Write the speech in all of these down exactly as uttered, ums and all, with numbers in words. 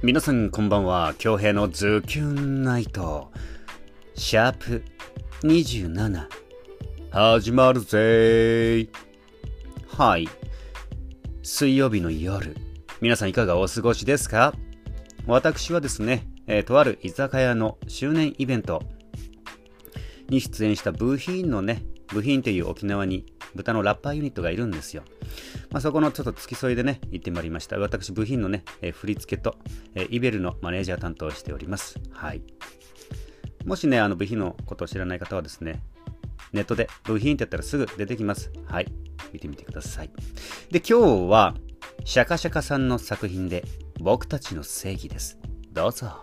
皆さんこんばんは。恭平のズキュンナイトシャープにじゅうなな始まるぜ。はい、水曜日の夜、皆さんいかがお過ごしですか？私はですね、えー、とある居酒屋の周年イベントに出演した部品のね、部品っていう沖縄に豚のラッパーユニットがいるんですよ。まあ、そこのちょっと付き添いでね、行ってまいりました。私、部品のね、えー、振り付けと、えー、イベルのマネージャー担当しております。はい。もしね、あの部品のことを知らない方はですね、ネットで部品ってやったらすぐ出てきます。はい。見てみてください。で、今日は、シャカシャカさんの作品で、僕たちの正義です。どうぞ。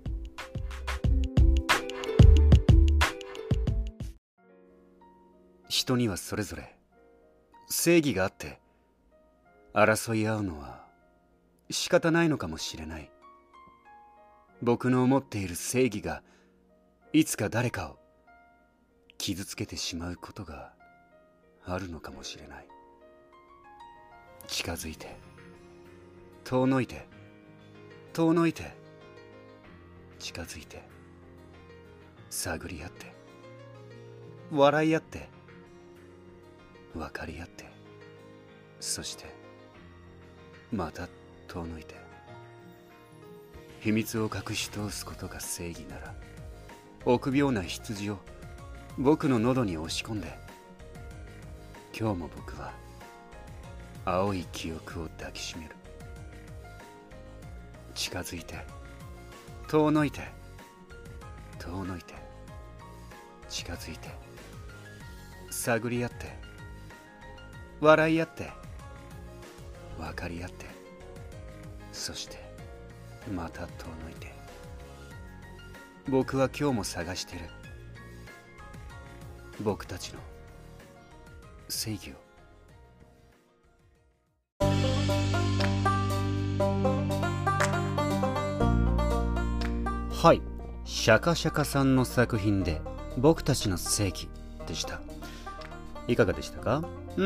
人にはそれぞれ正義があって争い合うのは仕方ないのかもしれない。僕の思っている正義がいつか誰かを傷つけてしまうことがあるのかもしれない。近づいて遠のいて遠のいて近づいて探り合って笑い合って分かり合って、そしてまた遠のいて、秘密を隠し通すことが正義なら、臆病な羊を僕の喉に押し込んで、今日も僕は青い記憶を抱きしめる。近づいて遠のいて遠のいて近づいて探り合って笑い合って分かり合って、そしてまた遠のいて、僕は今日も探してる僕たちの正義を。はい、シャカシャカさんの作品で僕たちの正義でした。いかがでしたか？うん、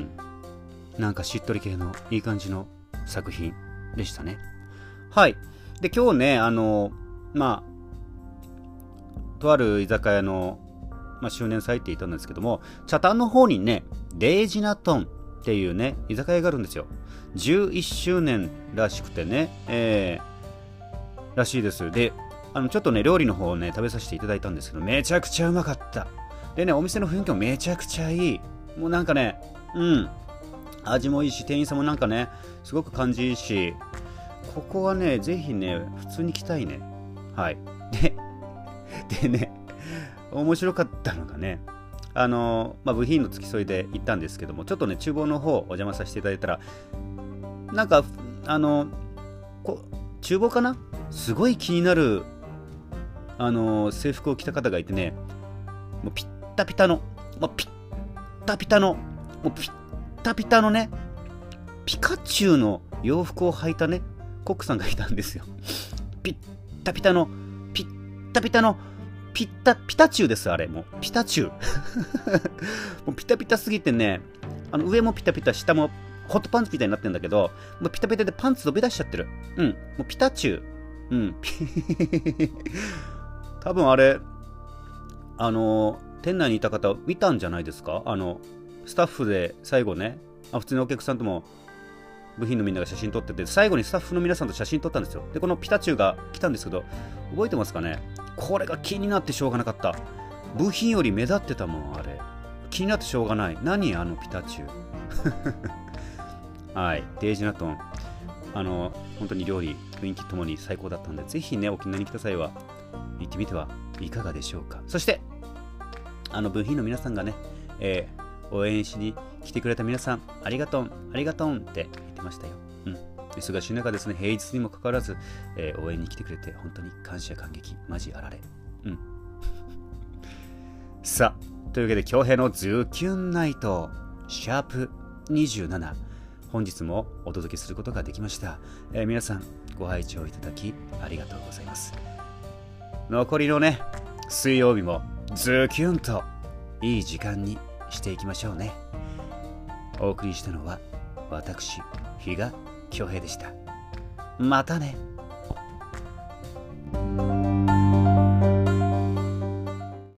なんかしっとり系のいい感じの作品でしたね。はい。で、今日ね、あのまあとある居酒屋の、まあ、周年祭って言ったんですけども、北谷の方にね、デイジナトンっていうね居酒屋があるんですよ。じゅういっしゅうねんらしくてね、えー、らしいです。で、あのちょっとね料理の方をね食べさせていただいたんですけど、めちゃくちゃうまかった。でね、お店の雰囲気もめちゃくちゃいい。もうなんかね、うん味もいいし、店員さんもなんかねすごく感じいいし、ここはねぜひね普通に来たいね。はい。ででね、面白かったのがね、あのまあ部品の付き添いで行ったんですけども、ちょっとね厨房の方お邪魔させていただいたら、なんかあのこ厨房かな、すごい気になるあの制服を着た方がいてね、もうピッタピタの、もうピッタピタの、もうピッタピタのね、ピカチュウの洋服を履いたね、コックさんがいたんですよ。ピッタピタの、ピッタピタの、ピッタ、ピタチュウです、あれ。もう、ピタチュウ。もうピタピタすぎてね、あの上もピタピタ、下もホットパンツみたいになってるんだけど、もうピタピタでパンツ飛び出しちゃってる。うん、もうピタチュウ。うん。多分あれ、あの店内にいた方見たんじゃないですか？あのスタッフで最後ね、あ普通にお客さんとも部品のみんなが写真撮ってて、最後にスタッフの皆さんと写真撮ったんですよ。でこのピタチュウが来たんですけど、覚えてますかね？これが気になってしょうがなかった。部品より目立ってたもん、あれ。気になってしょうがない。何あのピタチュウ。はい、デイジナトン、あの本当に料理雰囲気ともに最高だったんで、ぜひね沖縄に来た際は行ってみてはいかがでしょうか。そしてあの部品の皆さんがね、えー、応援しに来てくれた皆さん、ありがとうありがとうって言ってましたよ。うん、忙しい中ですね、平日にもかかわらず、えー、応援に来てくれて本当に感謝感激、マジあられ。うんさあ、というわけで恭平のズキュンナイトシャープにじゅうなな、本日もお届けすることができました。えー、皆さんご拝聴いただきありがとうございます。残りのね水曜日もズキュンといい時間にしていきましょうね。お送りしたのは私、比嘉恭平でした。またね。